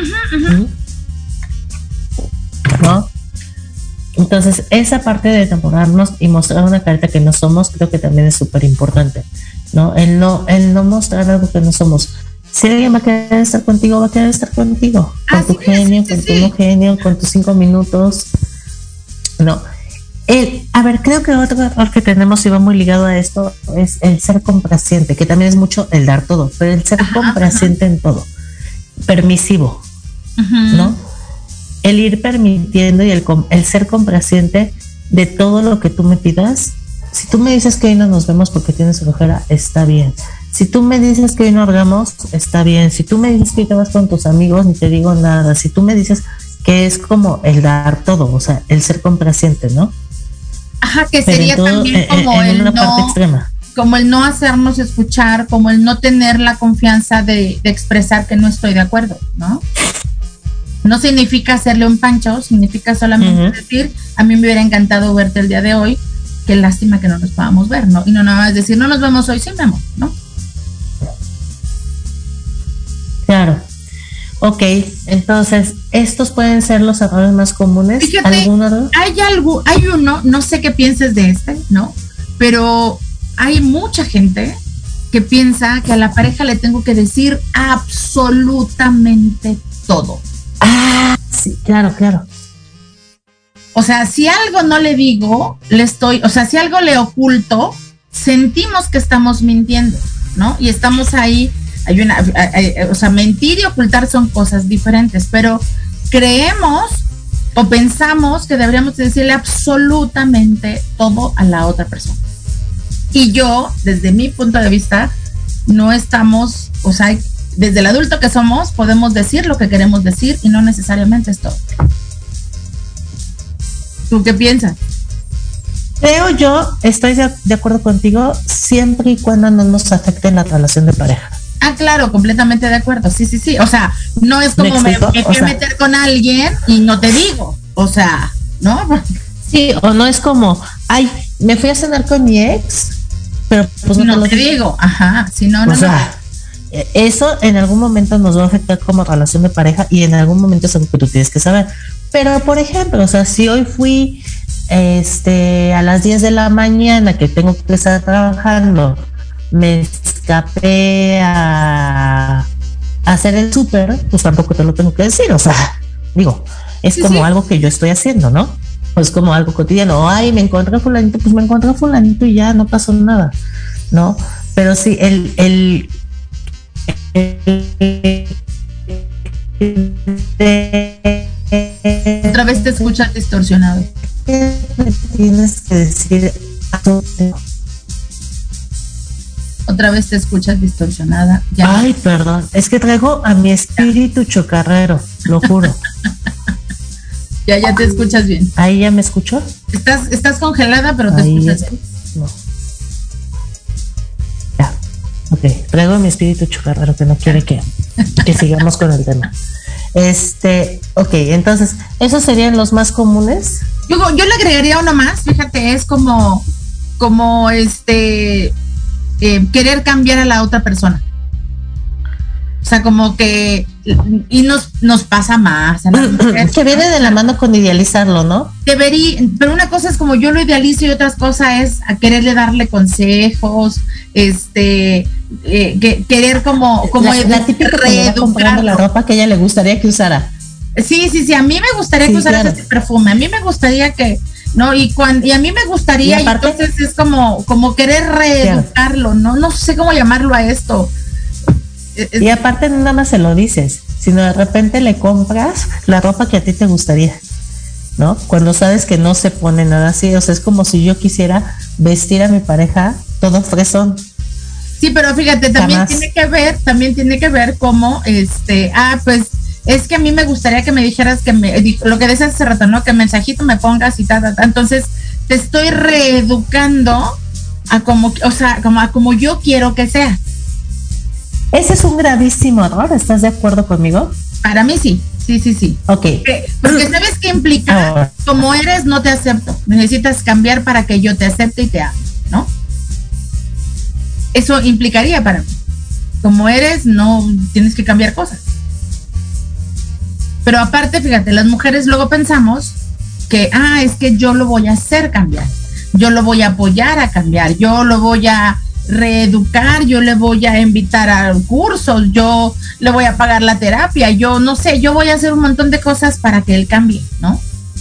¿No? Entonces, esa parte de enamorarnos y mostrar una careta que no somos, creo que también es súper importante, ¿no? El no mostrar algo que no somos. Si alguien va a querer estar contigo, va a querer estar contigo, con tu genio, con tu no genio, con tus 5 minutos, ¿no? A ver, creo que otro error que tenemos y va muy ligado a esto es el ser complaciente, que también es mucho el dar todo, pero el ser complaciente en todo, permisivo, ¿no? El ir permitiendo y el ser complaciente de todo lo que tú me pidas. Si tú me dices que hoy no nos vemos porque tienes flojera, está bien. Si tú me dices que hoy no hagamos, está bien. Si tú me dices que hoy te vas con tus amigos, ni te digo nada. Si tú me dices, que es como el dar todo, o sea, el ser complaciente, ¿no? Ajá, que Pero sería todo, también como en el una parte no, extrema. como el no hacernos escuchar, como el no tener la confianza de expresar que no estoy de acuerdo, ¿no? No significa hacerle un pancho, significa solamente decir, a mí me hubiera encantado verte el día de hoy, qué lástima que no nos podamos ver, ¿no? Y no nada más decir, no nos vemos hoy, sí, mi amor, ¿no? Claro. Ok, entonces, estos pueden ser los errores más comunes. Fíjate, ¿Algún otro? hay uno, no sé qué pienses de este, ¿no? Pero hay mucha gente que piensa que a la pareja le tengo que decir absolutamente todo. Ah, sí, claro, claro. O sea, si algo no le digo, si algo le oculto, sentimos que estamos mintiendo, ¿no? Y estamos ahí, mentir y ocultar son cosas diferentes, pero creemos o pensamos que deberíamos decirle absolutamente todo a la otra persona. Y yo, desde mi punto de vista, no estamos, o sea, desde el adulto que somos, podemos decir lo que queremos decir y no necesariamente es todo. ¿Tú qué piensas? Creo yo, estoy de acuerdo contigo, siempre y cuando no nos afecte en la relación de pareja. Ah, claro, completamente de acuerdo. Sí. O sea, no es como me quiero meter con alguien y no te digo. O sea, ¿no? Sí, o no es como, ay, me fui a cenar con mi ex, pero pues no te digo. Ajá, si no, no. Eso en algún momento nos va a afectar como relación de pareja y en algún momento es algo que tú tienes que saber. Pero, por ejemplo, o sea, si hoy fui a las 10 de la mañana que tengo que estar trabajando, me escapé a hacer el súper, pues tampoco te lo tengo que decir, o sea, digo, es como algo que yo estoy haciendo, ¿no? Pues como algo cotidiano, ay, me encontré fulanito, pues me encontré fulanito y ya no pasó nada, ¿no? Pero sí, Otra vez te escuchas distorsionado. Tienes que decir. Otra vez te escuchas distorsionada. Ya. Ay, perdón. Es que traigo a mi espíritu chocarrero, lo juro. Ya te escuchas bien. ¿Ahí ya me escuchó? Estás congelada, pero te escuchas bien. No. Ya. Ok. Traigo a mi espíritu chocarrero que no quiere que sigamos con el tema. Ok, entonces, ¿esos serían los más comunes? Yo le agregaría uno más, fíjate, es como querer cambiar a la otra persona. O sea, como que, y nos pasa más a las mujeres, que viene de la mano con idealizarlo, ¿no? Pero una cosa es como yo lo idealizo y otra cosa es a quererle darle consejos, querer como la típica que va comprando la ropa que ella le gustaría que usara. Sí, a mí me gustaría que usaras este perfume, a mí me gustaría que, ¿no? Y a mí me gustaría, y entonces es como querer reeducarlo, no sé cómo llamarlo a esto. Y aparte no nada más se lo dices, sino de repente le compras la ropa que a ti te gustaría, ¿no? Cuando sabes que no se pone nada así, o sea, es como si yo quisiera vestir a mi pareja todo fresón. Sí, pero fíjate, también tiene que ver como, pues, es que a mí me gustaría que me dijeras lo que decías hace rato, ¿no? Que mensajito me pongas y tal. Entonces, te estoy reeducando a como yo quiero que sea. Ese es un gravísimo error, ¿estás de acuerdo conmigo? Para mí sí. Ok. Porque ¿sabes qué implica? Como eres, no te acepto. Necesitas cambiar para que yo te acepte y te ame, ¿no? Eso implicaría para mí. Como eres, no tienes que cambiar cosas. Pero aparte, fíjate, las mujeres luego pensamos que, es que yo lo voy a hacer cambiar. Yo lo voy a apoyar a cambiar. Yo lo voy a reeducar, yo le voy a invitar a cursos, yo le voy a pagar la terapia, yo no sé, yo voy a hacer un montón de cosas para que él cambie, ¿no?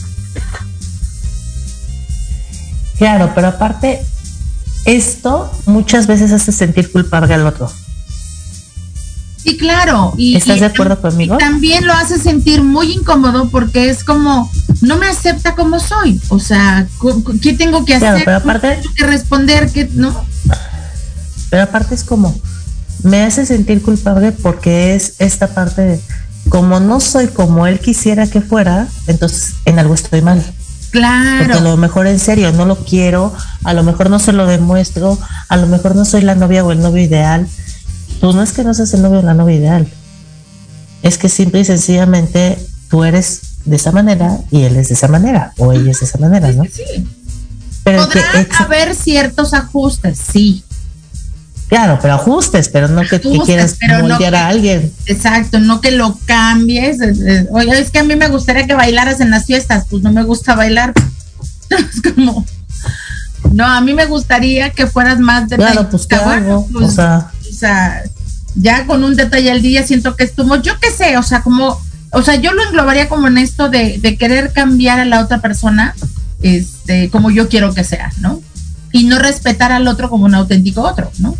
Claro, pero aparte, esto muchas veces hace sentir culpable al otro. Sí, claro. ¿Estás de acuerdo conmigo? Y también lo hace sentir muy incómodo porque es como, no me acepta como soy, o sea, ¿qué tengo que hacer? Pero aparte, ¿Qué tengo que responder? ¿Qué no? Pero aparte es como, me hace sentir culpable porque es esta parte de como no soy como él quisiera que fuera, entonces en algo estoy mal. Claro. Porque a lo mejor en serio no lo quiero, a lo mejor no se lo demuestro, a lo mejor no soy la novia o el novio ideal. Pues no es que no seas el novio o la novia ideal, es que simple y sencillamente tú eres de esa manera y él es de esa manera, o ella es de esa manera, ¿no? Sí. Pero Podrá haber ciertos ajustes, sí. Claro, pero ajustes, pero no que quieras moldear no a alguien. Exacto, no que lo cambies. Oye, es que a mí me gustaría que bailaras en las fiestas, pues no me gusta bailar. Es como, no, a mí me gustaría que fueras más detallista. Claro, pues ¿qué hago? Pues, o sea, ya con un detalle al día siento que estuvo, yo qué sé, o sea, como, o sea, yo lo englobaría como en esto de querer cambiar a la otra persona, como yo quiero que sea, ¿no? Y no respetar al otro como un auténtico otro, ¿no?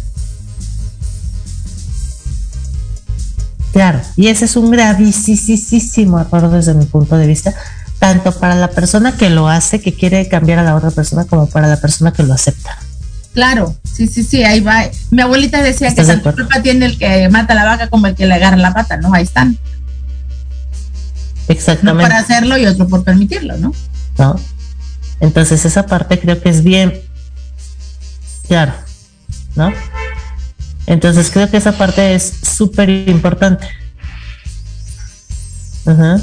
Claro, y ese es un gravísimo error desde mi punto de vista, tanto para la persona que lo hace, que quiere cambiar a la otra persona, como para la persona que lo acepta. Claro, sí, ahí va. Mi abuelita decía que tanta culpa tiene el que mata la vaca como el que le agarra la pata, ¿no? Ahí están. Exactamente. Uno por hacerlo y otro por permitirlo, ¿no? ¿No? Entonces esa parte creo que es bien claro, ¿no? Entonces creo que esa parte es súper importante. Uh-huh.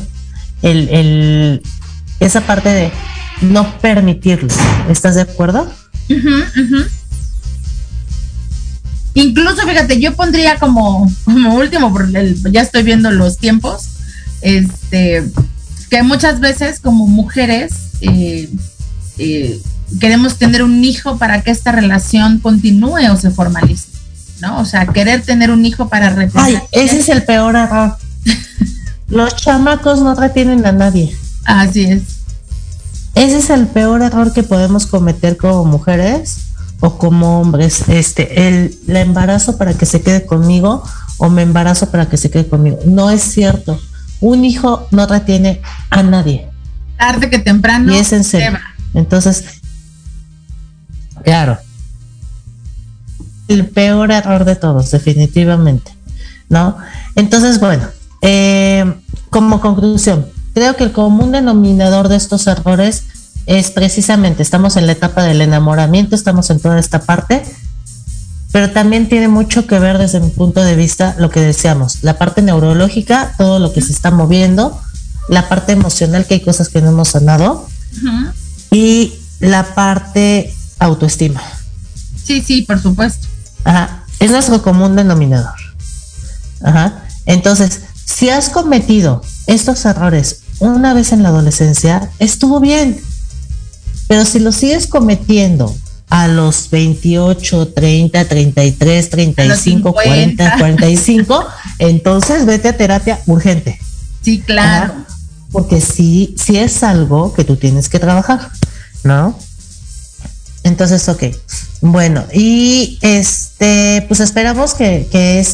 Esa parte de no permitirlo. ¿Estás de acuerdo? Uh-huh. Incluso, fíjate, yo pondría como último, porque ya estoy viendo los tiempos, que muchas veces como mujeres queremos tener un hijo para que esta relación continúe o se formalice, ¿no? O sea, querer tener un hijo para retener. Ay, ese es el peor error. Los chamacos no retienen a nadie. Así es. Ese es el peor error que podemos cometer como mujeres o como hombres. El embarazo para que se quede conmigo o me embarazo para que se quede conmigo. No es cierto. Un hijo no retiene a nadie. Tarde que temprano. Y es en serio. Entonces, claro. El peor error de todos, definitivamente, ¿no? Entonces, bueno, como conclusión, creo que el común denominador de estos errores es precisamente, estamos en la etapa del enamoramiento, estamos en toda esta parte, pero también tiene mucho que ver desde mi punto de vista lo que decíamos, la parte neurológica, todo lo que se está moviendo, la parte emocional, que hay cosas que no hemos sanado, uh-huh, y la parte autoestima. Sí, por supuesto. Ajá, es nuestro común denominador. Ajá. Entonces, si has cometido estos errores una vez en la adolescencia, estuvo bien. Pero si los sigues cometiendo a los 28, 30, 33, 35, 40, 45, entonces vete a terapia urgente. Sí, claro. Ajá. Porque sí es algo que tú tienes que trabajar, ¿no? Entonces, ok. Bueno, y pues esperamos que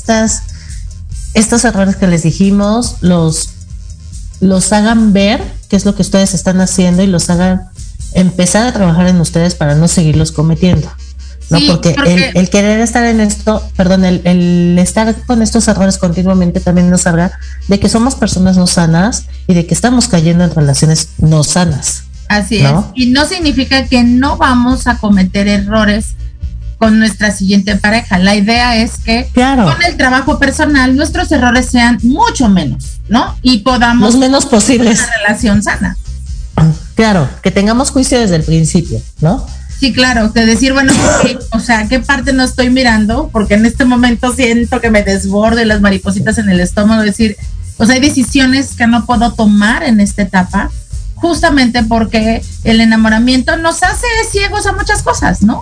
estos errores que les dijimos los hagan ver qué es lo que ustedes están haciendo y los hagan empezar a trabajar en ustedes para no seguirlos cometiendo, ¿no? Sí, porque el querer estar en esto, perdón, el estar con estos errores continuamente también nos habla de que somos personas no sanas y de que estamos cayendo en relaciones no sanas. Así, ¿no? Es. Y no significa que no vamos a cometer errores con nuestra siguiente pareja. La idea es que con el trabajo personal nuestros errores sean mucho menos, ¿no? Y podamos los menos posibles. Una relación sana. Claro, que tengamos juicio desde el principio, ¿no? Sí, claro, de decir, bueno, o sea, ¿qué parte no estoy mirando? Porque en este momento siento que me desborde las maripositas en el estómago, decir, o sea, hay decisiones que no puedo tomar en esta etapa, justamente porque el enamoramiento nos hace ciegos a muchas cosas, ¿no?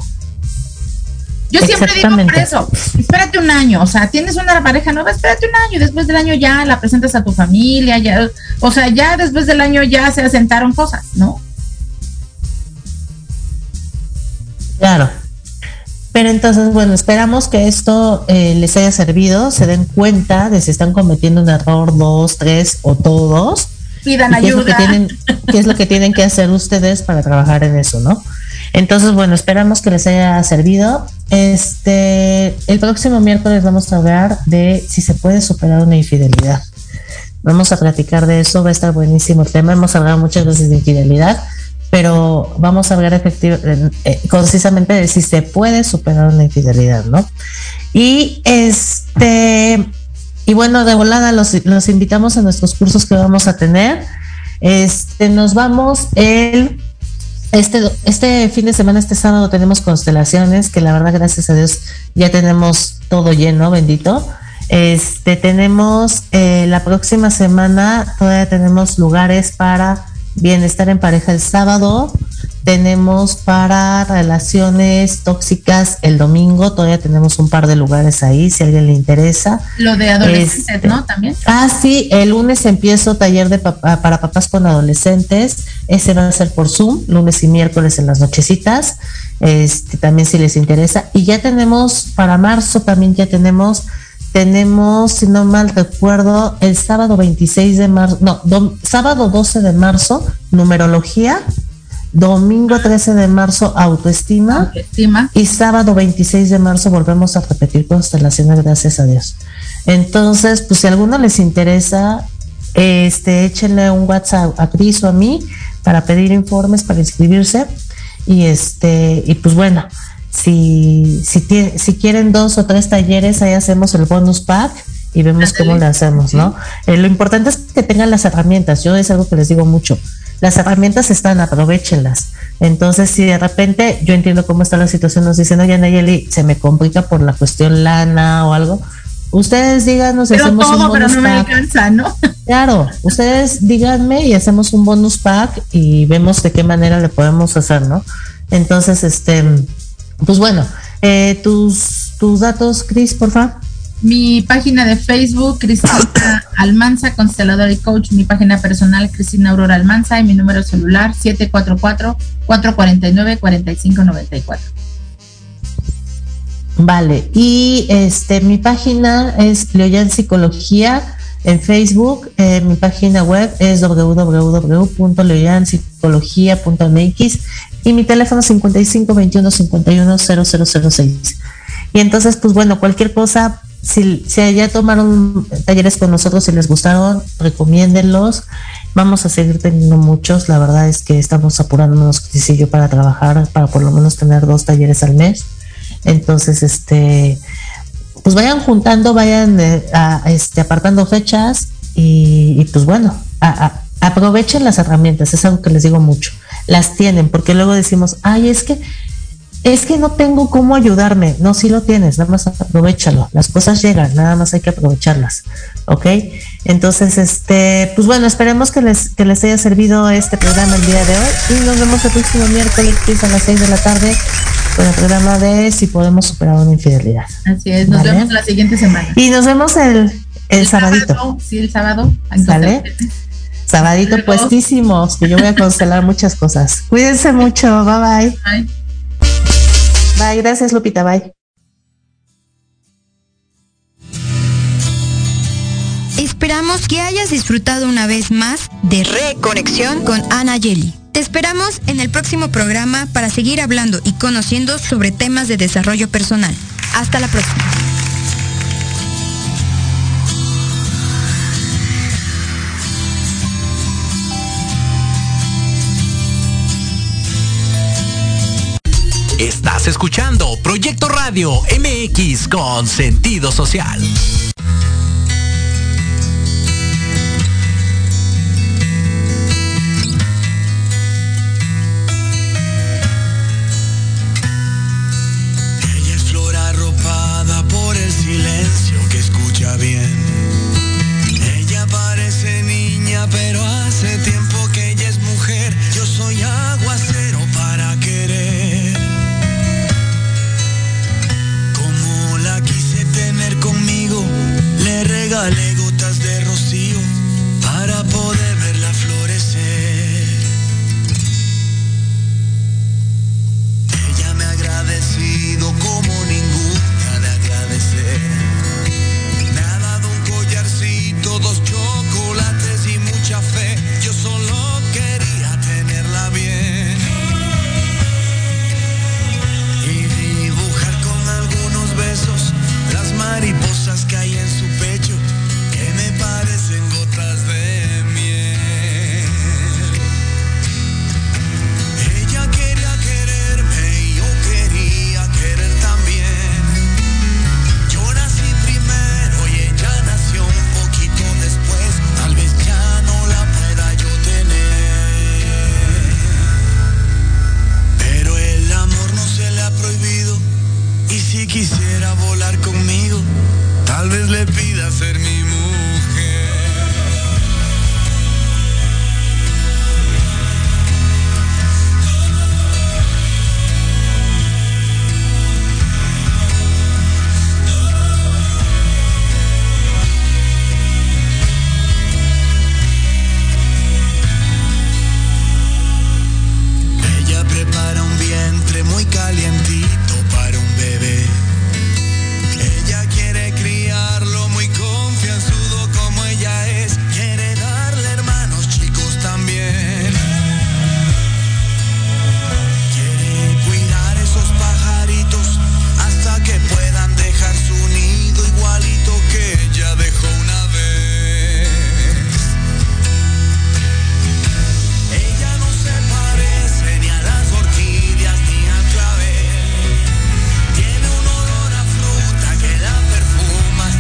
Yo siempre digo por eso, espérate un año, o sea, tienes una pareja nueva, espérate un año y después del año ya la presentas a tu familia, ya, o sea, ya después del año ya se asentaron cosas, ¿no? Claro. Pero entonces, bueno, esperamos que esto les haya servido, se den cuenta de si están cometiendo un error, 2, 3 o todos. Pidan ayuda. ¿Qué es lo que tienen que hacer ustedes para trabajar en eso, no? Entonces, bueno, esperamos que les haya servido. El próximo miércoles vamos a hablar de si se puede superar una infidelidad. Vamos a platicar de eso, va a estar buenísimo el tema. Hemos hablado muchas veces de infidelidad, pero vamos a hablar concisamente de si se puede superar una infidelidad, ¿no? Y bueno, de volada los invitamos a nuestros cursos que vamos a tener. Nos vamos este fin de semana, este sábado tenemos constelaciones, que la verdad, gracias a Dios, ya tenemos todo lleno, bendito. Tenemos la próxima semana, todavía tenemos lugares para bienestar en pareja el sábado, tenemos para relaciones tóxicas el domingo, todavía tenemos un par de lugares ahí, si a alguien le interesa. Lo de adolescentes, ¿no? También. Sí, el lunes empiezo taller para papás con adolescentes, ese va a ser por Zoom, lunes y miércoles en las nochecitas, también si les interesa. Y ya tenemos, para marzo también ya tenemos, si no mal recuerdo, el sábado 26 de marzo, sábado 12 de marzo, numerología, domingo 13 de marzo, autoestima, y sábado 26 de marzo volvemos a repetir constelaciones, gracias a Dios. Entonces, pues si a alguno les interesa, échenle un WhatsApp a Cris o a mí para pedir informes, para inscribirse, y pues bueno, si quieren 2 o 3 talleres, ahí hacemos el bonus pack y vemos cómo le hacemos, ¿no? Lo importante es que tengan las herramientas. Yo es algo que les digo mucho. Las herramientas están, aprovéchenlas. Entonces, si de repente, yo entiendo cómo está la situación, nos dicen, oye, Nayeli, se me complica por la cuestión lana o algo, ustedes díganos, pero hacemos todo, un bonus pero no pack. me alcanza, ¿no? Claro, ustedes díganme y hacemos un bonus pack y vemos de qué manera le podemos hacer, ¿no? Entonces, pues bueno, tus datos, Cris, por favor. Mi página de Facebook, Cristina Almanza, consteladora y coach. Mi página personal, Cristina Aurora Almanza, y mi número celular, 744-449-4594. Vale, y mi página es Leoyan Psicología en Facebook. Mi página web es www.leoyanpsicología.mx y mi teléfono 5521-510006. Y entonces, pues bueno, cualquier cosa, si ya tomaron talleres con nosotros, si les gustaron, recomiéndenlos. Vamos a seguir teniendo muchos. La verdad es que estamos apurándonos, Cris y yo, para trabajar, para por lo menos tener 2 talleres al mes. Entonces, pues vayan juntando, vayan apartando fechas y pues bueno, aprovechen las herramientas. Es algo que les digo mucho. Las tienen, porque luego decimos, ay, es que no tengo cómo ayudarme. No, sí lo tienes, nada más aprovéchalo. Las cosas llegan, nada más hay que aprovecharlas, ¿ok? Entonces, pues bueno, esperemos que les haya servido este programa el día de hoy y nos vemos el próximo miércoles a las 6 de la tarde con el programa de Si Podemos Superar una Infidelidad. Así es, nos vemos la siguiente semana. Y nos vemos el sabadito. Sí, el sábado. ¿Sale? Sabadito puestísimos, que yo voy a constelar muchas cosas. Cuídense mucho, bye bye. Bye. Bye, gracias Lupita, bye. Esperamos que hayas disfrutado una vez más de Reconexión con Anayeli. Te esperamos en el próximo programa para seguir hablando y conociendo sobre temas de desarrollo personal. Hasta la próxima. Estás escuchando Proyecto Radio MX con sentido social. Ella es flor arropada por el silencio que escucha bien. Ella parece niña, pero hace tiempo que ella es mujer. Yo soy aguacero para querer. Como la quise tener conmigo, me pida ser mi mujer.